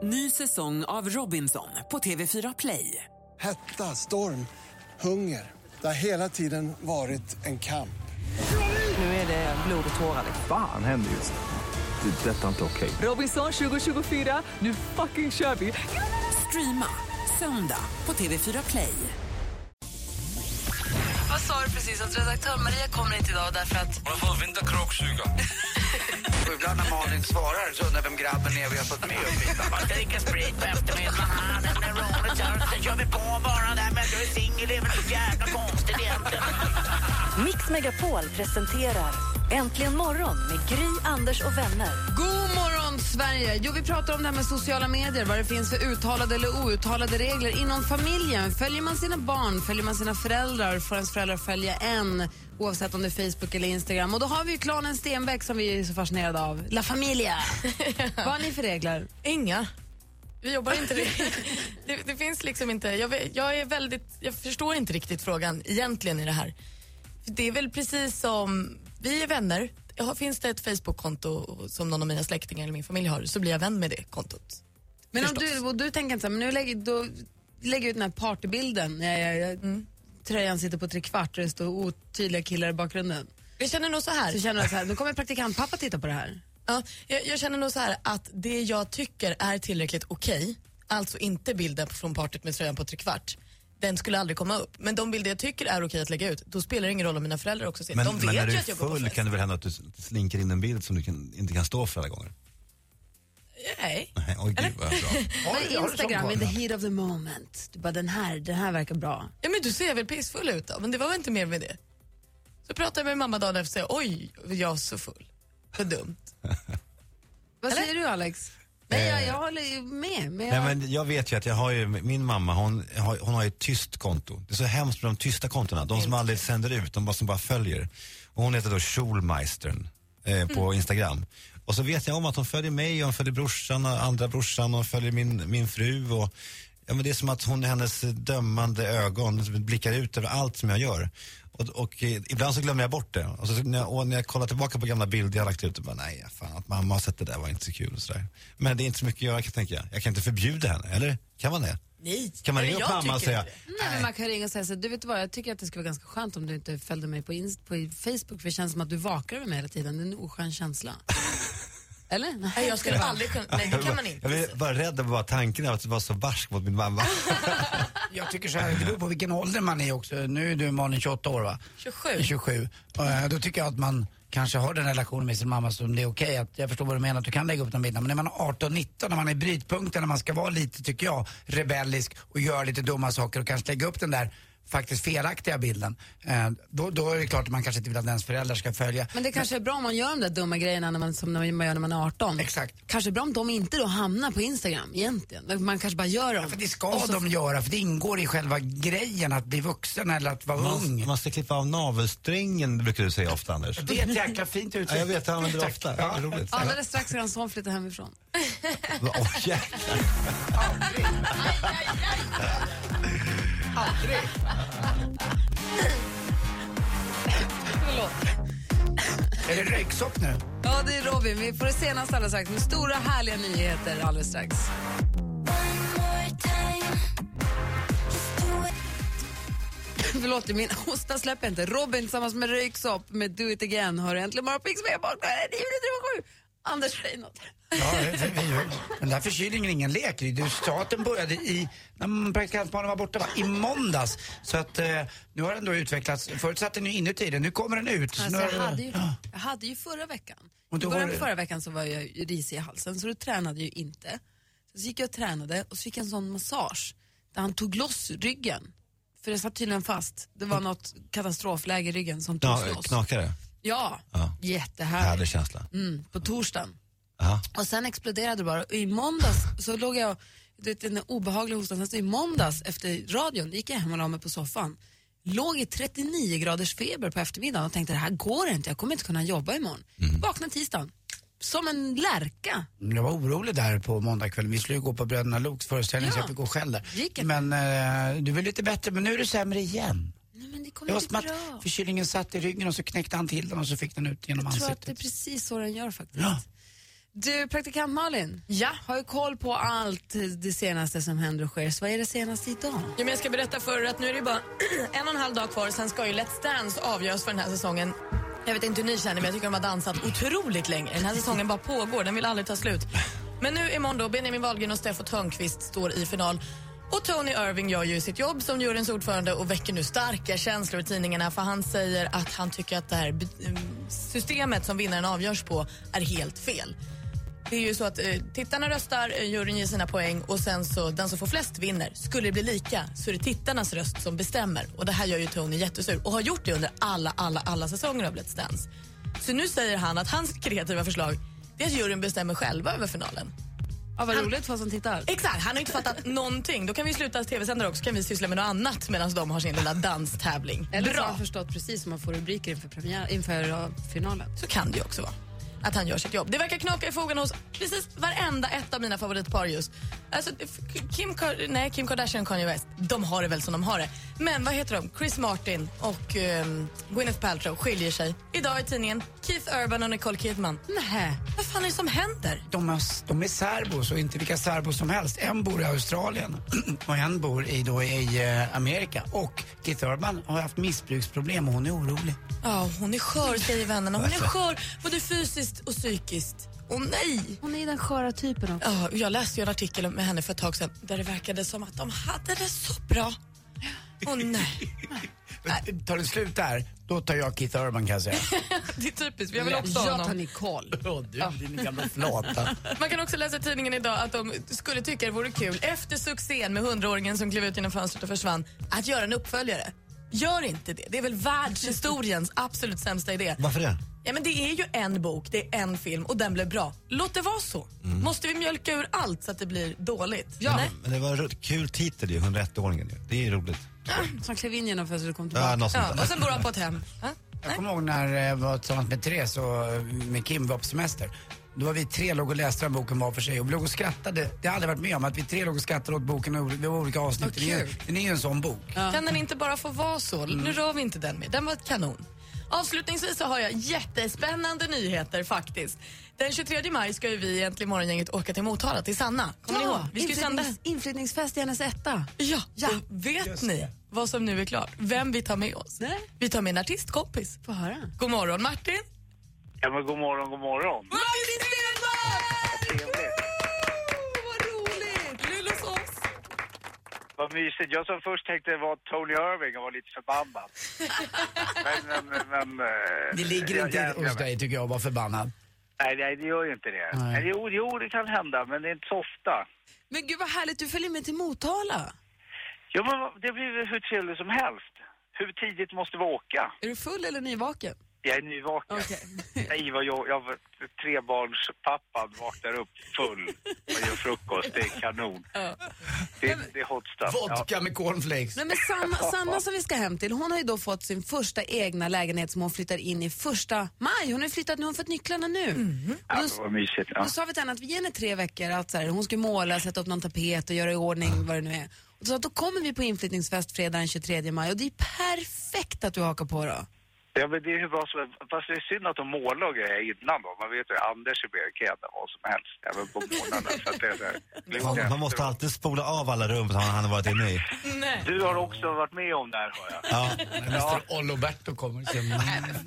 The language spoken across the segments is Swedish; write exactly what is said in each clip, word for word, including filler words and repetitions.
Ny säsong av Robinson på T V fyra Play. Hetta, storm, hunger. Det har hela tiden varit en kamp. Nu är det blod och tårar. Fan händer just det. Det är detta inte okej. Robinson tjugo tjugofyra, nu fucking kör vi. Streama söndag på T V fyra Play. Vad sa du precis? Att redaktör Maria kommer inte idag därför att... Hon har fått vinterkråksuga. Och ibland när Malin svarar så undrar vem grabben är vi har fått med upp. Man ska dricka sprit på eftermiddagen. Det blir roligt. Sen kör vi på bara där. Men du är singel, det är väl så jävla konstigt egentligen. Mix Megapol presenterar Äntligen morgon med Gry, Anders och vänner. God morgon Sverige! Jo, vi pratar om det här med sociala medier. Vad det finns för uttalade eller outtalade regler inom familjen. Följer man sina barn, följer man sina föräldrar, får ens föräldrar följa en, oavsett om det är Facebook eller Instagram. Och då har vi ju klanen Stenbeck som vi är så fascinerade av. La Familia! Vad har ni för regler? Inga. Vi jobbar inte det. det. Det finns liksom inte. Jag, jag är väldigt, jag förstår inte riktigt frågan egentligen i det här. Det är väl precis som vi är vänner. Finns det ett Facebook-konto som någon av mina släktingar eller min familj har, så blir jag vän med det kontot. Men om du, och du tänker inte så här, men nu lägger, då, lägger ut den här partybilden. Jag, jag, jag, mm. Tröjan sitter på tre kvart och det står otydliga killar i bakgrunden. Jag känner nog så här. Så känner du så här, nu kommer praktikant pappa titta på det här. Ja, jag, jag känner nog så här att det jag tycker är tillräckligt okej, okay, alltså inte bilden från partyt med tröjan på tre kvart, den skulle aldrig komma upp. Men de bilder jag tycker är okej att lägga ut, då spelar det ingen roll om mina föräldrar också ser. Men, de vet men när du ju är att jag går på full fest. Kan det väl hända att du slinker in en bild som du kan, inte kan stå för alla gånger? Nej. Nej, oj gud vad bra. Men Instagram in the heat of the moment. Du bara, den här, den här verkar bra. Ja, men du ser väl pissfull ut då, men det var väl inte mer med det. Så pratade jag med mamma dagen efter och säger, oj, jag är så full. Vad dumt. Vad säger du, Alex? Nej, jag, jag håller ju med. Men jag... Nej, men jag vet ju att jag har ju, min mamma, hon har, hon har ju ett tyst konto. Det är så hemskt med de tysta kontona. De som aldrig sänder ut, de bara, som bara följer. Och hon heter då Schulmeistern eh, på mm. Instagram. Och så vet jag om att hon följer mig, och hon följer brorsan och andra brorsan, och hon följer min, min fru. Och, ja, men det är som att hon, hennes dömande ögon blickar ut över allt som jag gör. Och, och ibland så glömmer jag bort det. Och, så, när, jag, och när jag kollar tillbaka på gamla bilder jag lagt ut, och bara, nej, fan, att mamma har sett det där var inte så kul. Och så där. Men det är inte så mycket att göra, kan tänka jag. Jag kan inte förbjuda henne, eller? Kan man det? Nej. Kan man ringa upp mamma och säga... Nej, men man kan ringa och säga så, du vet vad, jag tycker att det skulle vara ganska skönt om du inte följde mig på, inst- på Facebook, för det känns som att du vakar över mig hela tiden. Det är en oskön känsla. Eller? Nej, jag skulle aldrig kunna, nej, det kan man inte. Jag är bara rädd över tanken av att vara så barsk mot min mamma. Jag tycker så här, det beror på vilken ålder man är också. Nu är du Malin tjugoåtta år, va? tjugosju. tjugosju. Och då tycker jag att man kanske har den relationen med sin mamma som det är okej. Att jag förstår vad du menar, att du kan lägga upp de bilderna. Men när man är arton nitton, när man är i brytpunkten, när man ska vara lite, tycker jag, rebellisk och göra lite dumma saker och kanske lägga upp den där faktiskt felaktiga bilden, eh, då, då är det klart att man kanske inte vill att ens föräldrar ska följa. Men det kanske är bra om man gör de där dumma grejerna när man, som när man gör när man är arton. Exakt. Kanske är bra om de inte då hamnar på Instagram egentligen. Man kanske bara gör dem. Ja, för det ska så... de göra, för det ingår i själva grejen att bli vuxen eller att vara man, ung. Man ska klippa av navelsträngen, brukar du säga ofta, Anders. Det är ett jäkla fint uttryck. Ja, jag vet, jag använder det ofta. Ja. Det är roligt. Alldeles strax ska han son flytta hemifrån. Åh, oh, jäklar. Aldrig. Aldrig. Förlåt. Är det röksopp nu? Ja, det är Robin. Vi får det senaste alldeles strax med stora härliga nyheter alldeles strax. Förlåt, min hosta släpper inte. Robin tillsammans med Röyksopp med Do It Again har äntligen bara Pix med bort. Anders Reinhardt. Ja, den där förkylningen är ingen lek. Du sa att den började i, när praktikantbarnen var borta, va? I måndags. Så att eh, nu har den då utvecklats. Förut satt den ju inuti den, nu kommer den ut. Alltså, jag, hade ju, jag hade ju förra veckan. I början på förra veckan så var jag risig i halsen, så då tränade jag ju inte. Så gick jag och tränade och så fick jag en sån massage där han tog loss ryggen. För det satt tydligen fast. Det var något katastrofläge i ryggen som togs ja, loss. Knakade? Ja, ja. Jättehärligt. Härlig känsla. Mm, på torsdagen. Aha. Och sen exploderade det bara. Och i måndags så låg jag, du vet, den obehagliga hostan. Sen så i måndags efter radion gick jag hem och la mig på soffan. Låg i trettionio graders feber på eftermiddagen och tänkte, det här går inte, jag kommer inte kunna jobba imorgon. Mm. Vaknade tisdagen. Som en lärka. Jag var orolig där på måndagskvällen. Vi skulle gå på Bröderna Loks föreställning, ja. Så jag fick gå själv där. Men eh, du var lite bättre, men nu är det sämre igen. Nej, men det kommer det var inte som bra. Att förkylningen satt i ryggen och så knäckte han till den och så fick den ut genom jag ansiktet. Jag tror att det är precis så den gör faktiskt. Ja. Du, praktikant Malin, ja. har ju koll på allt det senaste som händer och sker. Så vad är det senaste idag? Ja, men jag ska berätta för er att nu är det bara en och en halv dag kvar. Sen ska ju Let's Dance avgöras för den här säsongen. Jag vet inte hur ni känner, men jag tycker de har dansat otroligt länge. Den här säsongen bara pågår, den vill aldrig ta slut. Men nu imorgon då, Benjamin Wahlgren och Steffo Törnqvist står i final. Och Tony Irving gör ju sitt jobb som juryns ordförande och väcker nu starka känslor i tidningarna, för han säger att han tycker att det här systemet som vinnaren avgörs på är helt fel. Det är ju så att eh, tittarna röstar, eh, juryn ger sina poäng och sen så den som får flest vinner. Skulle det bli lika så är det tittarnas röst som bestämmer. Och det här gör ju Tony jättesur och har gjort det under alla, alla, alla säsonger av Let's Dance. Så nu säger han att hans kreativa förslag är att juryn bestämmer själva över finalen. Ja, vad han, roligt för oss som tittar. Exakt, han har inte fattat någonting. Då kan vi sluta tv-sändare också, kan vi syssla med något annat medan de har sin lilla danstävling. Eller så har han förstått precis som man får rubriker inför, premiär, inför uh, finalen. Så kan det ju också vara. Att han gör sitt jobb. Det verkar knaka i fogarna hos precis varenda ett av mina favoritpar just. Alltså, Kim, nej, Kim Kardashian och Kanye West, de har det väl som de har det. Men vad heter de? Chris Martin och um, Gwyneth Paltrow skiljer sig. Idag i tidningen Keith Urban och Nicole Kidman. Nej. Vad fan är det som händer? De är, de är serbos och inte vilka serbos som helst. En bor i Australien och en bor i, då, i uh, Amerika. Och Keith Urban har haft missbruksproblem och hon är orolig. Ja, hon är skör, säger vännerna. Hon är skör både fysiskt och psykiskt. Åh nej! Hon är den sköra typen också. Ja, jag läste ju en artikel med henne för ett tag sedan där det verkade som att de hade det så bra. Åh nej. Men, tar det slut där, då tar jag Keith Urban, kan jag säga. Det är typiskt, jag vill också ha jag honom. tar Nicole. Åh, du, din gamla flata. Man kan också läsa i tidningen idag att de skulle tycka det vore kul efter succén med hundraåringen som klev ut genom fönstret och försvann att göra en uppföljare. Gör inte det. Det är väl världshistoriens absolut sämsta idé. Varför det? Ja, men det är ju en bok, det är en film och den blev bra. Låt det vara så. Mm. Måste vi mjölka ur allt så att det blir dåligt? Ja, nej? Men det var en kul titel ju, hundraettåringen ju. Det är roligt. Som klev in genom fönstret och kom tillbaka. Ja, ja, och sen bor han på ett hem. Ja? Jag kommer ihåg när jag var tillsammans med Therese och med Kim var på semester. Då var vi tre låg och läste den boken var för sig och vi låg och skrattade. Det har aldrig varit med om att vi tre låg och skrattade åt boken och vid olika avsnitt. Den är, den är ju en sån bok. Ja. Kan den inte bara få vara så? Mm. Nu rör vi inte den med. Den var kanon. Avslutningsvis så har jag jättespännande nyheter faktiskt. Den tjugotredje maj ska ju vi Äntligen Morgongänget åka till Motala, till Sanna. Kommer ja, ni ihåg? Vi ska inflyttnings, sända inflyttningsfest i hennes etta. Ja, ja. Vet Just ni det. Vad som nu är klart? Vem vi tar med oss? Nej. Vi tar med en artistkompis. Få höra. God morgon Martin. Ja men god morgon, god morgon. Martin Stenmark! Vad roligt! Lillos oss. Vad mysigt. Jag som först tänkte var Tony Irving och var lite förbannad. men, men, men, men, det ligger jag, inte jag, hos dig tycker jag, att vara förbannad. Nej, nej, det gör ju inte det. Nej. Jo, jo, det kan hända, men det är inte så ofta. Men gud vad härligt, du följer med till Motala. Ja, men det blir hur trevligt som helst. Hur tidigt måste vi åka? Är du full eller nyvaken? Jag är nyvaken. Okay. Nej, vad jag, jag var trebarnspappan, vaknar upp full och gör frukost. Det är kanon. Ja. Det, det är hot stuff. Vodka ja. med cornflakes. Nej, men Sanna, Sanna som vi ska hem till, hon har ju då fått sin första egna lägenhet som hon flyttar in i första maj. Hon har flyttat nu, hon har fått nycklarna nu. Mm. Ja, det var mysigt. Ja. Då sa vi till henne att vi ger henne tre veckor att så här, hon ska måla, sätta upp någon tapet och göra i ordning vad det nu är. Och så att då kommer vi på inflyttningsfest fredag den tjugotredje maj och det är perfekt att du hakar på då. Ja, men det är hur bra som helst. Fast det är synd att de målar och grejer innan då. Man vet ju, Anders är mer kan vad som helst. Även på månaderna. Så att det är där. Man, man måste alltid spola av alla rum som han har varit inne i. Nej. Du har också varit med om det här, hör jag. Ja, mister Oloberto kommer till mig.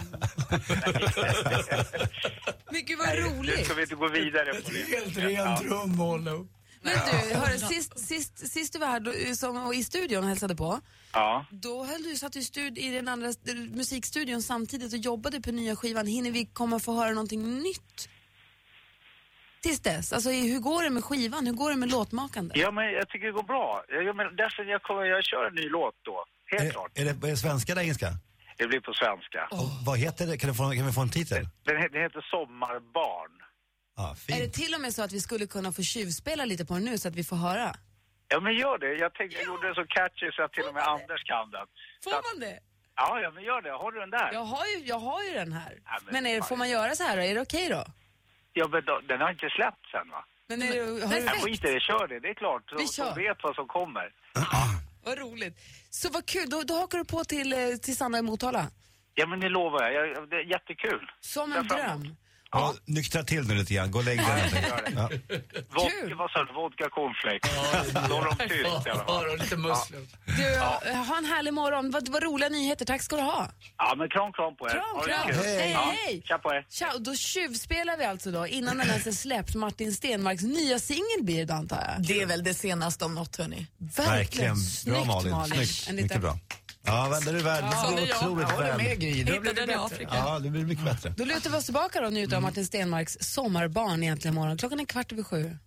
Men gud vad roligt. Nu ska vi inte gå vidare på det. Helt rent rum, Olo. Men du, hörru, sist, sist, sist du var här då, som, i studion och hälsade på, ja. Då höll du satt i, stud, i den andra musikstudion samtidigt och jobbade på nya skivan. Hinner vi komma och få höra någonting nytt tills dess? Alltså hur går det med skivan? Hur går det med låtmakande? Ja, men jag tycker det går bra. Jag, men därför jag, kommer, jag kör en ny låt då. Helt är, klart. Är det, är det svenska eller engelska? Det blir på svenska. Oh. Vad heter det? Kan, du få, kan vi få en titel? Den, den heter Sommarbarn. Ah, är det till och med så att vi skulle kunna få tjuvspela lite på den nu så att vi får höra? Ja, men gör det. Jag tänkte, jag gjorde det så catchy så att till och med Anders kan den. Får så man det? Ja, ja, men gör det. Har du den där? Jag har ju, jag har ju den här. Ja, men men är, får man göra så här då? Är det okej okay då? Ja, men då, den har inte släppt sen, va? Men är det, har jag skiter i det, kör det. Det är klart. Vi så, kör. så vet vad som kommer. Vad roligt. Så vad kul. Då, då hakar du på till, till Sanna i Motala. Ja, men det lovar jag. jag det är jättekul. Som en dröm. Ja, nyktra till nu lite grann. Gå och lägg dig. Ja. Vodka, vad sa du? Vodka cornflakes. Då är de tyst i alla fall. Ja, lite musslor. Du, ja. ha en härlig morgon. Vad, vad roliga nyheter. Tack ska du ha. Ja, men kram, kram på er. Kram, kram. Hej, hej. Ja, tja på er. Tja, då tjuvspelar vi alltså då. Innan den ens är släppt, Martin Stenmarks nya singel blir idag, antar jag. Det är väl det senaste om något, hörni. Verkligen. Verkligen. Bra, Snyggt, Malin. Malin. Snyggt. En Mycket liten... bra. Ja, men det är värd. Ja, det går otroligt ja, väl. med, Gry. Då Hittade blir det den i bättre. Afrika. Ja, det blir mycket bättre. Då lutar vi oss tillbaka då och njuter av Martin Stenmarks sommarbarn egentligen imorgon. Klockan är kvart över sju.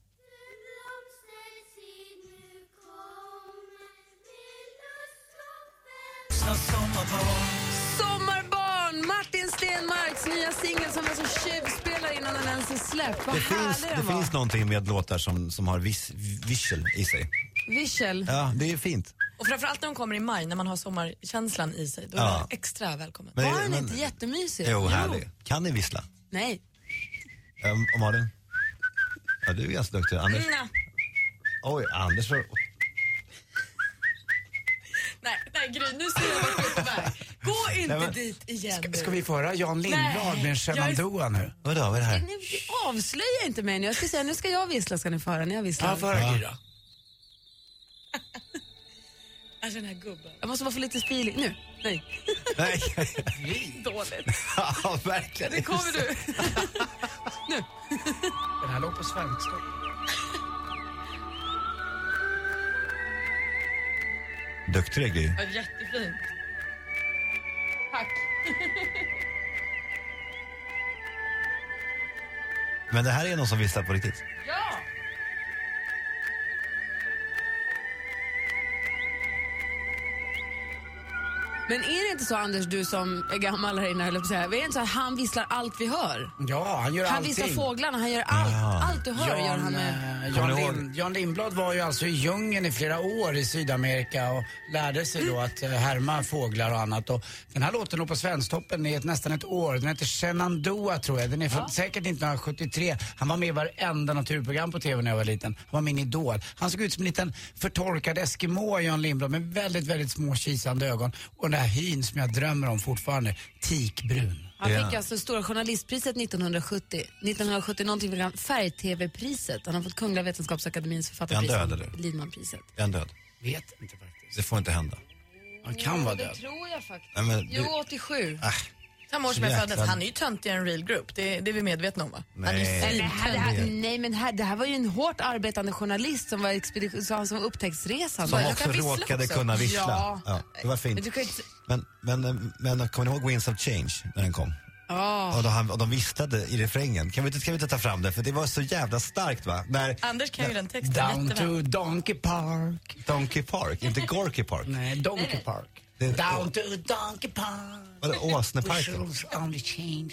Sommarbarn! Martin Stenmarks nya singel som är så tjuvspelar innan den ens är släppt. Vad Det finns, härlig det den var. finns någonting med låtar som, som har vis, visual i sig. Visual. Ja, det är fint. Och framförallt när de kommer i maj, när man har sommarkänslan i sig, då är Ja. det extra välkommen. Men- Var den men- inte jättemysig? Jo, härlig. Kan ni vissla? Nej. Um, och Malin? Ja, du är ganska duktig. Anders? Mm. Oj, Anders var... Nej, nej Gry, nu ser jag vart du är på väg. Gå inte Nej, men- dit igen. Ska, ska vi få höra Jan Lindblad Nej, med en Shenandoah nu? Vadå, vad är det här? Ni avslöja inte mig nu. Jag ska säga, nu ska jag vissla, ska ni få höra när jag visslar. Ja, få höra Gry då. Alltså den här gubben. Jag måste bara få lite feeling. Nu. Nej. Nej. Dåligt. Ja, verkligen. Det kommer du. Nu. Den här låg på svenska. Duktig är Gry. Ja, jättefint. Tack. Men det här är någon som visslar på riktigt. Ja! Men är det inte så, Anders, du som är gammal här inne, höll jag på att säga, är det inte så att han visslar allt vi hör? Ja, han gör Han allting. visslar fåglarna, han gör allt. Ja. Allt du hör gör han med. eh, Kommer Jan, ni ihåg? Lind, Jan Lindblad var ju alltså i djungeln i flera år i Sydamerika och lärde sig då att eh, härma fåglar och annat. Och den här låten låg på Svensktoppen i ett, nästan ett år. Den heter Shenandoah, tror jag. Den är från, säkert nittonhundrasjuttiotre. Han var med i varenda naturprogram på tv när jag var liten. Han var min idol. Han såg ut som en liten förtorkad eskimo, Jan Lindblad, med väldigt, väldigt små kisande ögon. Och den här hyn som jag drömmer om fortfarande, tikbrun. Han Ja. fick alltså Stora journalistpriset nittonhundrasjuttio. nittonhundrasjuttio någonting fick han färg-tv-priset. Han har fått Kungliga Vetenskapsakademins författarpris. Är han död, eller? Lidmanpriset. Är han död? Vet inte faktiskt. Det får inte hända. Han kan vara Det död. tror jag faktiskt. Nej, men, Jo, du, åttiosju. äh, Samma år som jag Jäklar. föddes. Han är ju töntigare än Real Group. Det, det är vi medvetna om, va? Han är Nej. ju Nej, det här, det här, svintöntig. nej men här, det här var ju en hårt arbetande journalist som var, expedition, som var upptäcktsresande. som jag också kan vissla råkade också. kunna vissla. Ja. Ja, det var Men fint. du kan ju inte... Men, men, men kommer ni ihåg Winds of Change när den kom? Ja. Och, de, och de visslade i refrängen. Kan vi, inte, kan vi inte ta fram det? För det var så jävla starkt, va? När, Anders kan ju den texten Down jätteväl. to Donkey Park. Donkey Park, inte Gorky Park. Nej, Donkey Park. Det är- Down to Donkey Park. Vadå, Åsneparken? Whistles only change.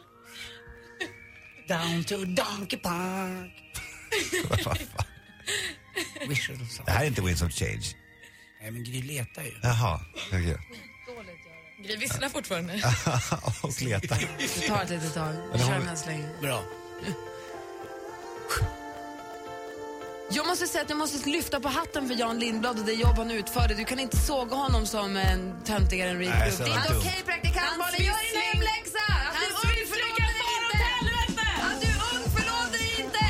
Down to Donkey Park. Vad fan? Whistles Det här är inte Winds of Change. Nej, men Gry letar ju. Jaha, okej. Gry visslar fortfarande. Och letar. Det tar ett litet tag. Vi kör den här så länge. Bra. Jag måste säga att jag måste lyfta på hatten för Jan Lindblad och det jobb han utförde. Du kan inte såga honom som en töntigare än Real Nej, Group. så Det är var inte dumt. okej, praktikant. Hans Malin, gör din vissling. hemläxa! Att du är ung, förlåt dig inte! Att du är ung, förlåt dig inte!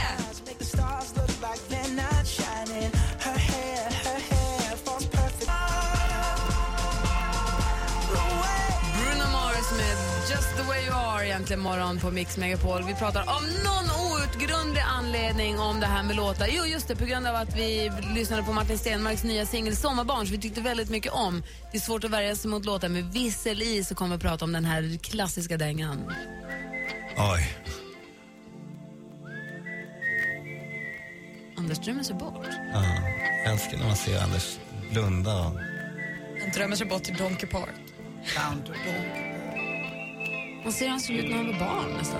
Bruno Mars med Just the way you are egentligen morgon på Mix Megapol. Vi pratar om någon outgrundlig anledning om det här med låtar. Jo, just det, på grund av att vi lyssnade på Martin Stenmarks nya singel Sommarbarn, som vi tyckte väldigt mycket om. Det är svårt att värja sig mot låtar med vissel i, så kommer vi prata om den här klassiska dängan. Oj. Anders drömmer sig bort. Ja, jag älskar när man ser Anders blunda. Och... Han drömmer sig bort till Donkey Park. Down to Donkey. Man ser han ser ut när han var barn nästan.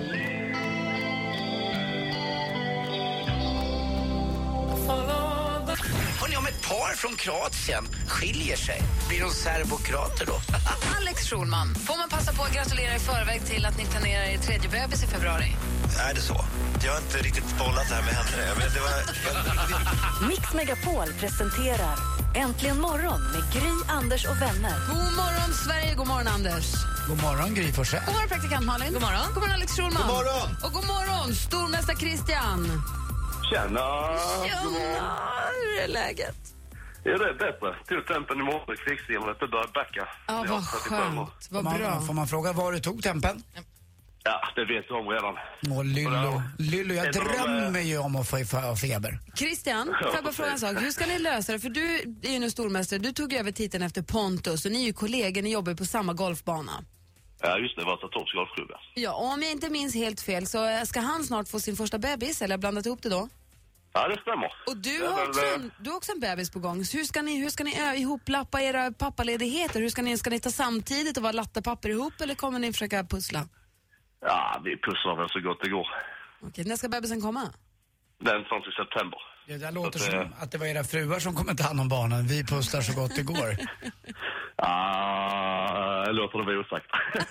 Hörrni, om ett par från Kroatien skiljer sig, blir de serbokrater då? Alex Schulman, får man passa på att gratulera i förväg till att ni planerar er tredje bebis i februari? Är det så? Jag har inte riktigt bollat det här med henne. Men det var... Mix Megapol presenterar Äntligen morgon med Gry, Anders och vänner. God morgon Sverige, god morgon Anders. God morgon Gry Forssell. God morgon praktikant Malin. God morgon. God morgon Alex Schulman. God morgon. Och god morgon stormästare Christian. Tjena! Tjena, hur är läget? Ja, det är bättre. Tog tempen i morse i krigssimlet och började backa. Ja, vad skönt. Vad man, bra. Får man fråga var du tog tempen? Ja, det vet du om redan. Åh, Lyllo. Lyllo, jag drömmer ju om att få få feber. Christian, får jag bara fråga en sak? Hur ska ni lösa det? För du är ju nu stormästare. Du tog över titeln efter Pontus och ni är ju kollegor, ni jobbar på samma golfbana. Ja, just det. Det var Torps golfklubb. Ja, och om jag inte minns helt fel så ska han snart få sin första bebis, eller har jag blandat ihop det då? Ja, det stämmer. Och du det har, väl, också en, du har också en bebis på gång. Så hur ska ni, hur ska ni ö, ihoplappa era pappaledigheter? Hur ska ni, ska ni ta samtidigt och vara latta papper ihop eller kommer ni försöka pussla? Ja, vi pusslar väl så gott det går. Okej, när ska bebisen komma? Den fanns i september. Det där låter att, som eh, att det var era fruar som kommer ta hand om barnen. Vi pusslar så gott det går. Ah, låter det vara osagt.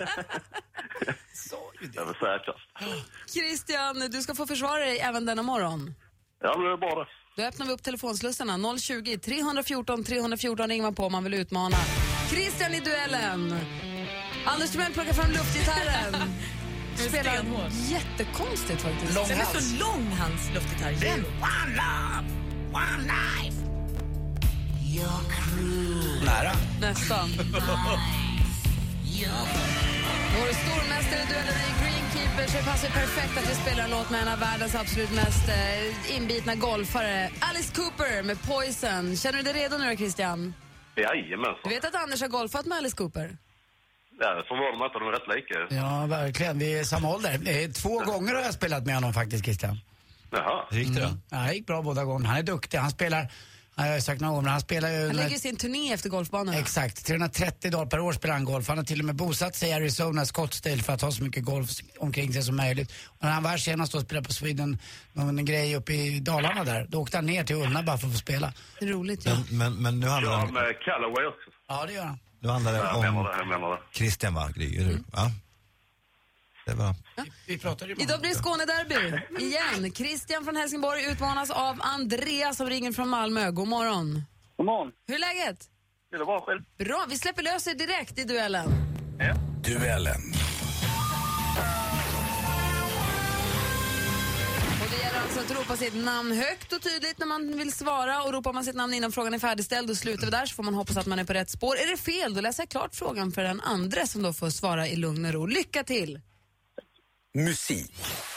Så är det. Jag vill säga kast. Christian, du ska få försvara dig även denna morgon. Ja, men det är bra det. Då öppnar vi upp telefonslussarna. noll tjugo, tre fjorton, tre fjorton ringer man på om man vill utmana. Christian i duellen. Anders Timell plockar fram luftgitarren. Spelar jättekonstigt faktiskt. Den är så lång, hans luftgitarr. Jämt. One love, one life. Your crew. Nära. Nästan. Vår stormästare i duellen i Greenkeeper, så det passar perfekt att vi spelar en låt med en av världens absolut mest eh, inbitna golfare. Alice Cooper med Poison. Känner du dig redo nu då, Christian? Jajamensan. Du vet att Anders har golfat med Alice Cooper? Ja, det förvånar mig att de är rätt lika. Ja, verkligen. Vi är samma ålder. Eh, Två gånger har jag spelat med honom faktiskt, Christian. Jaha. Hur gick det då? Mm. Ja, det gick bra båda gångerna. Han är duktig. Han spelar, jag har sagt några gånger, men han spelar ju... Han lägger ju sin turné efter golfbanan. Exakt, trehundratrettio dagar per år spelar han golf. Han har till och med bosatt sig i Arizona, Scottsdale, för att ha så mycket golf omkring sig som möjligt. Och när han var senast då spelade på Sweden, någon grej uppe i Dalarna där, då åkte han ner till Ullna bara för att få spela. Det är roligt, ja. Men, men, men nu handlar det Ja, om... med Callaway också. Ja, det gör han. Nu handlar det Jag menar om det, jag menar det. Christian, va? Gry, eller hur? Ja. Det var... Vi, vi pratar ju Idag blir det Skånederby igen. Christian från Helsingborg utmanas av Andreas som ringer från Malmö. God morgon. God morgon. Hur är läget? Det är bra själv. Bra, vi släpper lös er direkt i duellen. Ja. Duellen. Och det gäller alltså att ropa sitt namn högt och tydligt när man vill svara. Och ropar man sitt namn innan frågan är färdigställd och slutar vi där, så får man hoppas att man är på rätt spår. Är det fel, då läser jag klart frågan för den andra som då får svara i lugn och ro. Lycka till! Musik.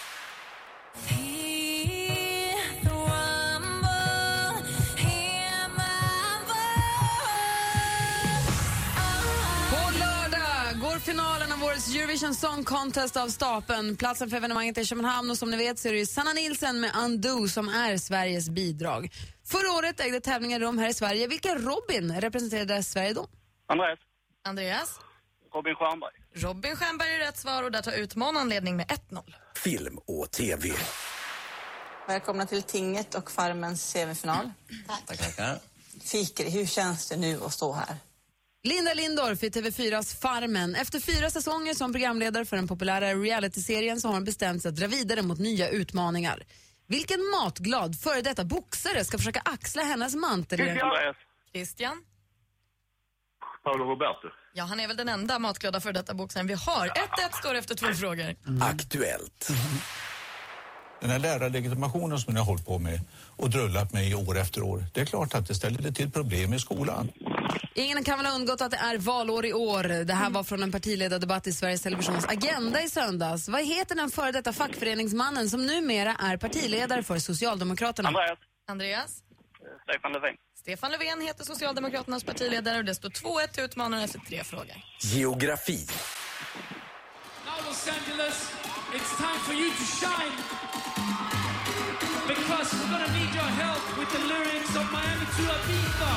Finalen av årets Eurovision Song Contest av stapeln. Platsen för evenemanget är Köpenhamn och som ni vet så är det ju Sanna Nielsen med Undo som är Sveriges bidrag. Förra året ägde tävlingen rum här i Sverige. Vilken Robin representerade Sverige då? Andreas. Andreas? Robin Stjernberg. Robin Stjernberg är rätt svar och där tar utmanaren ledning med ett noll. Film och tv. Välkomna till Tinget och Farmens semifinal. Tack, tackar. Fikri, hur känns det nu att stå här? Linda Lindorff i T V fyras Farmen. Efter fyra säsonger som programledare för den populära realityserien så har hon bestämt sig att dra vidare mot nya utmaningar. Vilken matglad före detta boxare ska försöka axla hennes mantel? Andreas. Christian? Paolo Roberto. Ja, han är väl den enda matglada före detta boxaren vi har. ett ett står efter två frågor. Mm. Aktuellt. Den här lärarlegitimationen som jag har hållit på med och drullat med i år efter år, det är klart att det ställer till problem i skolan. Ingen kan väl ha undgått att det är valår i år. Det här var från en partiledardebatt i Sveriges Televisions Agenda i söndags. Vad heter den före detta fackföreningsmannen som numera är partiledare för Socialdemokraterna? Andreas. Andreas? Stefan Löfven. Stefan Löfven heter Socialdemokraternas partiledare och det står två ett till utmanaren efter tre frågor. Geografi. Now Los Angeles, it's time for you to shine. Because we're gonna need your help with the lyrics of Miami to Ibiza.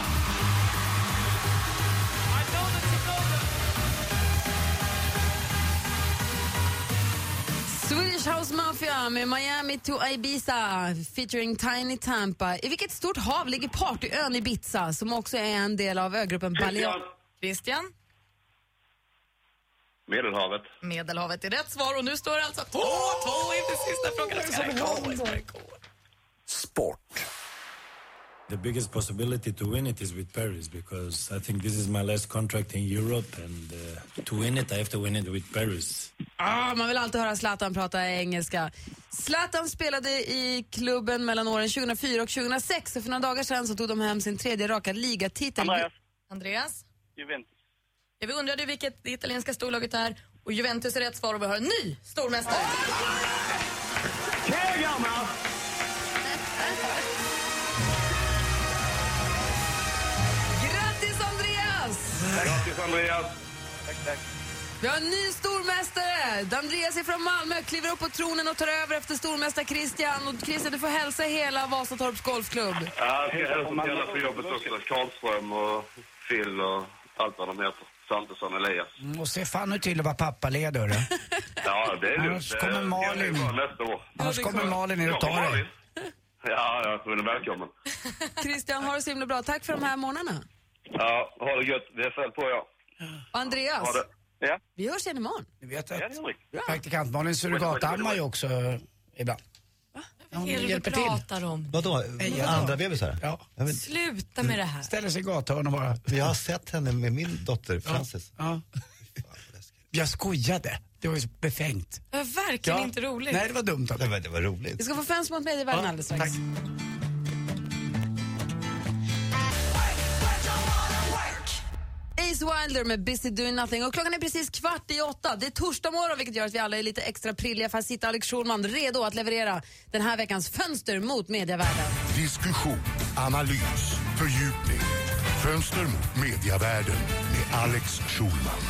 I know that you know that. Swedish House Mafia med Miami to Ibiza featuring Tiny Tampa. I vilket stort hav ligger partyön Ibiza som också är en del av ögruppen Balear? Christian? Medelhavet. Medelhavet är rätt svar och nu står det alltså två två inför sista frågan. Ska det gå? Ska det gå? Sport. The biggest possibility to win it is with Paris because I think this is my last contract in Europe and uh, to win it I have to win it with Paris. Ah, man vill alltid höra Zlatan prata engelska. Zlatan spelade i klubben mellan åren tjugohundrafyra och tjugohundrasex och för några dagar sedan så tog de hem sin tredje raka ligatitel. Andreas. Andreas? Juventus. Ja, vi undrade vilket det italienska storlaget är och Juventus är rätt svar och vi har en ny stormästare. Grattis Andreas! Grattis Andreas! Tack, tack. Vi har en ny stormästare. Andreas är från Malmö, kliver upp på tronen och tar över efter stormästare Christian. Och Christian, du får hälsa hela Vasatorps golfklubb. Ja, jag ska hälsa till alla på jobbet också. Karlström och Phil och allt vad de heter. Santesson och Elias. Mm, och se fan nu till att vara pappaledig, hörru. Ja, det är lugnt. Annars kommer Malin. Nästa år. Annars kommer Malin ner och tar dig. Ja, ja, hon är välkommen. Christian, har det så himla bra. Tack för de här månaderna. Ja, ha det gött. Det är fel på er. Och Andreas, Ha det. Ja. vi hörs igen imorgon. Du vet att Ja, praktikant Malin surrogat-ammar ju också ibland. Vad är det du pratar om? Vadå? Andra bebisar? Ja. Sluta med det här. Ställer sig i gathörn och bara... Jag har sett henne med min dotter, Frances. Ja. Jag skojade. Det var ju så befängt. Det var verkligen Ja. inte roligt. Nej, det var dumt. Det var, det var roligt. Vi ska få fans mot medievärlden alldeles strax. Tack. Ace Wilder med Busy Doing Nothing. Och klockan är precis kvart i åtta. Det är torsdag morgon, vilket gör att vi alla är lite extra prilliga. För att sitta Alex Schulman redo att leverera den här veckans fönster mot medievärlden. Diskussion, analys, fördjupning. Fönster mot medievärlden med Alex Schulman.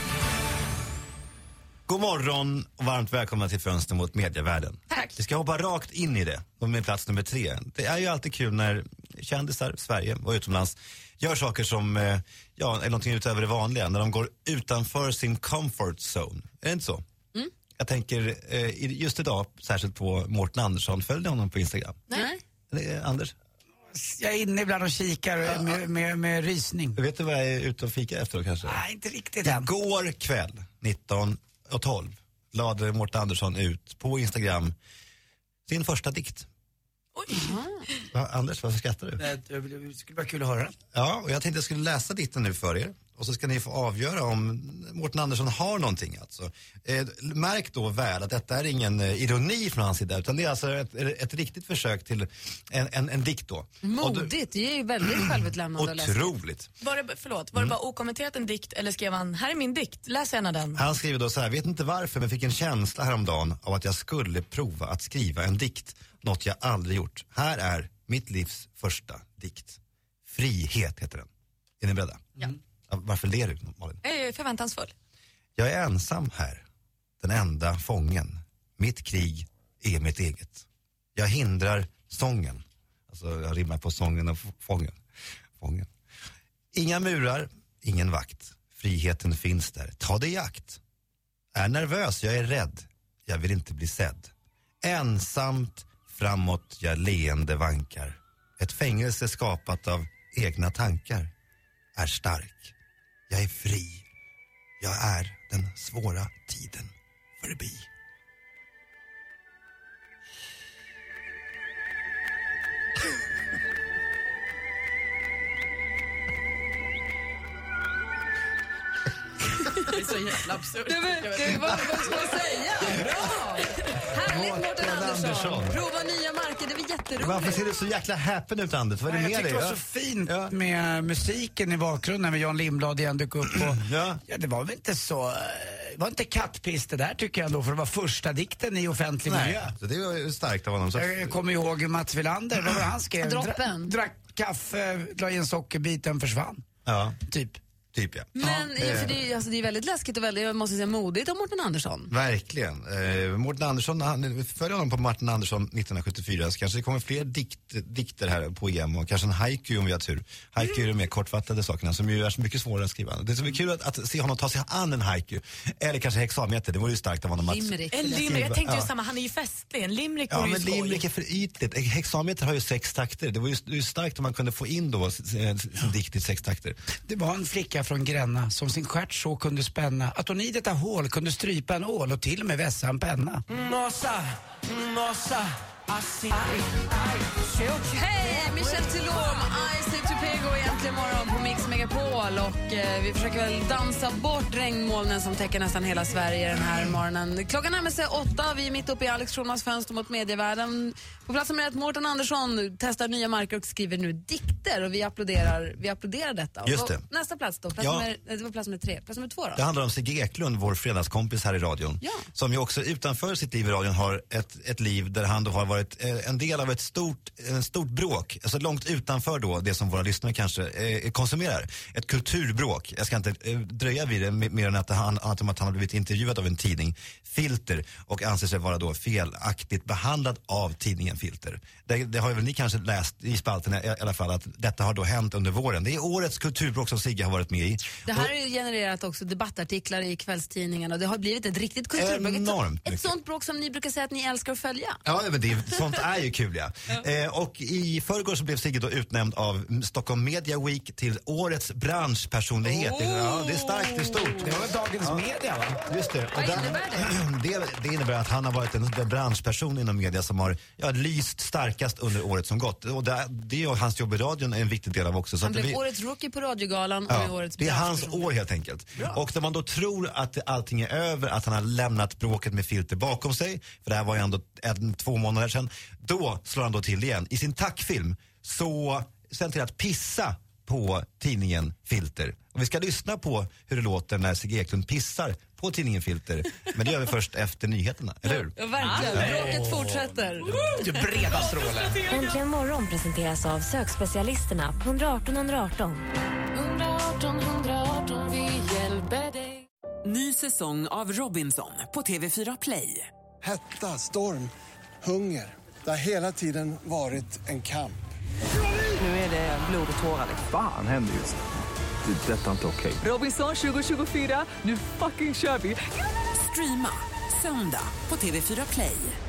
God morgon och varmt välkomna till Fönster mot medievärlden. Tack. Vi ska hoppa rakt in i det, och med plats nummer tre. Det är ju alltid kul när kändisar, Sverige och utomlands gör saker som eh, ja, är någonting utöver det vanliga. När de går utanför sin comfort zone. Är det inte så? Mm. Jag tänker eh, just idag särskilt på Mårten Andersson. Följ honom på Instagram. Nej. Eh, Anders? Jag är inne ibland och kikar ja. med, med, med rysning. Vet du vad jag är ute och fika efter då kanske? Nej, inte riktigt än. Igår kväll, nitton och tolv, lade Mårten Andersson ut på Instagram sin första dikt. Oj. Va, Anders, varför skrattar du? Det, det skulle vara kul att höra. Ja, och jag tänkte jag skulle läsa dikten nu för er. Och så ska ni få avgöra om Mårten Andersson har någonting alltså. Eh, märk då väl att detta är ingen eh, ironi från hans sida, utan det är alltså ett, ett riktigt försök till en, en, en dikt då. Modigt, det är ju väldigt självutlämnande att läsa. Otroligt. Var det, förlåt, var det Mm. bara okommenterat en dikt eller skrev han, här är min dikt, läs gärna den. Han skriver då så här: vet inte varför men fick en känsla häromdagen av att jag skulle prova att skriva en dikt. Något jag aldrig gjort. Här är mitt livs första dikt. Frihet heter den. Är ni beredda? Ja. Varför ler du, Malin? Jag är förväntansfull. Jag är ensam här. Den enda fången. Mitt krig är mitt eget. Jag hindrar sången. Alltså jag rimmar på sången och fången. Fången. Inga murar, ingen vakt. Friheten finns där. Ta det i akt. Är nervös, jag är rädd. Jag vill inte bli sedd. Ensamt framåt jag leende vankar. Ett fängelse skapat av egna tankar. Är stark. Jag är fri. Jag är den svåra tiden förbi. Det är så jävla absurt. Det, det, det, vad, vad ska man säga? Bra! Härligt, Mårten Andersson. Andersson. Prova nya marker, det var jätteroligt. Varför ser du så jäkla happen ut, Anders? Vad är det Jag med tyckte dig? det var så fint med musiken i bakgrunden med Jan Lindblad igen dök upp. Och, ja. ja, det var väl inte så... Det var inte kattpiss det där tycker jag då, för det var första dikten i offentlig Nej, miljö. så det var ju starkt av honom. Så... Jag kommer ihåg Mats Wilander, vad var det han skrev? Droppen. Dra, drack kaffe, la i en sockerbit, den försvann. Ja. Typ. Typ ja. Men ja, för det, är, alltså, det är väldigt läskigt och väldigt, jag måste säga, modigt av Mårten Andersson. Verkligen. Eh, Mårten Andersson, han, följer honom på Martin Andersson nittonhundrasjuttiofyra, så kanske det kommer fler dikt, dikter här på E M och kanske en haiku om vi har tur. Haiku mm. är de mer kortfattade sakerna som ju är så mycket svårare att skriva. Det är så mycket kul att, att se honom ta sig an en haiku. Eller kanske hexameter, det vore ju starkt av honom att... Limerick. En limerick, jag tänkte ju ja. samma, han är ju festlig. En limerick ja, vore ju men skoj. limerick är för ytligt. Hexameter har ju sex takter. Det var ju, det var ju starkt om man kunde få in då sin dikt i sex takter. Det var en flicka från Gränna som sin stjärt så kunde spänna att hon i detta hål kunde strypa en ål och till och med vässa en penna. Nossa, nossa, assim. Hej, Michel Tilom, I Megapol och eh, vi försöker väl dansa bort regnmolnen som täcker nästan hela Sverige den här morgonen. Klockan närmar sig åtta, vi är mitt uppe i Alex Schulmans fönster mot medievärlden. På plats med att Mårten Andersson testar nya marker och skriver nu dikter och vi applåderar, vi applåderar detta. Just det. Och nästa plats då, plats Ja. nummer, det var plats nummer tre, plats nummer två då. Det handlar om Sigge Eklund, vår fredagskompis här i radion. Ja. Som ju också utanför sitt liv i radion har ett, ett liv där han då har varit eh, en del av ett stort, en stort bråk. Alltså långt utanför då det som våra lyssnare kanske eh, konsumerar. Ett kulturbråk. Jag ska inte eh, dröja vid det mer än att han, att han har blivit intervjuad av en tidning, Filter, och anser sig vara då felaktigt behandlad av tidningen Filter. Det, det har väl ni kanske läst i spalten i, i alla fall, att detta har då hänt under våren. Det är årets kulturbråk som Sigge har varit med i. Det här har ju genererat också debattartiklar i kvällstidningarna och det har blivit ett riktigt kulturbråk. Enormt Ett, ett sånt bråk som ni brukar säga att ni älskar att följa. Ja, men det, sånt är ju kul, ja. Eh, och i förrgår så blev Sigge då utnämnd av Stockholm Media Week till årets branschpersonlighet. Oh. Ja, det är starkt, det är stort. Det var Dagens Ja. Media, va? Just det. Och Vad där- innebär det? det? innebär att han har varit en, en branschperson inom media som har ja, lyst starkast under året som gått. Och det, det är hans jobb i radion en viktig del av också. Så Han att blev vi, årets rookie på radiogalan och Ja, är årets det är hans branschperson. år helt enkelt. Bra. Och när man då tror att allting är över, att han har lämnat bråket med Filter bakom sig, för det här var ju ändå en, två månader sedan, då slår han då till igen. I sin tackfilm så ser han till att pissa på tidningen Filter. Och vi ska lyssna på hur det låter när Sigge Eklund pissar på tidningen Filter. Men det gör vi först efter nyheterna, eller hur? Ja, verkligen. Bråket fortsätter. Det breda strålen. Äntligen morgon presenteras av sökspecialisterna på ett ett ett ett ett. Vi hjälper dig. Ny säsong av Robinson på T V fyra Play. Hetta, storm, hunger. Det har hela tiden varit en kamp. Nu är det blod och tårar. Fan händer just det. Det är detta inte okej. Robinson tjugo tjugofyra, nu fucking kör vi. Streama söndag på T V fyra Play.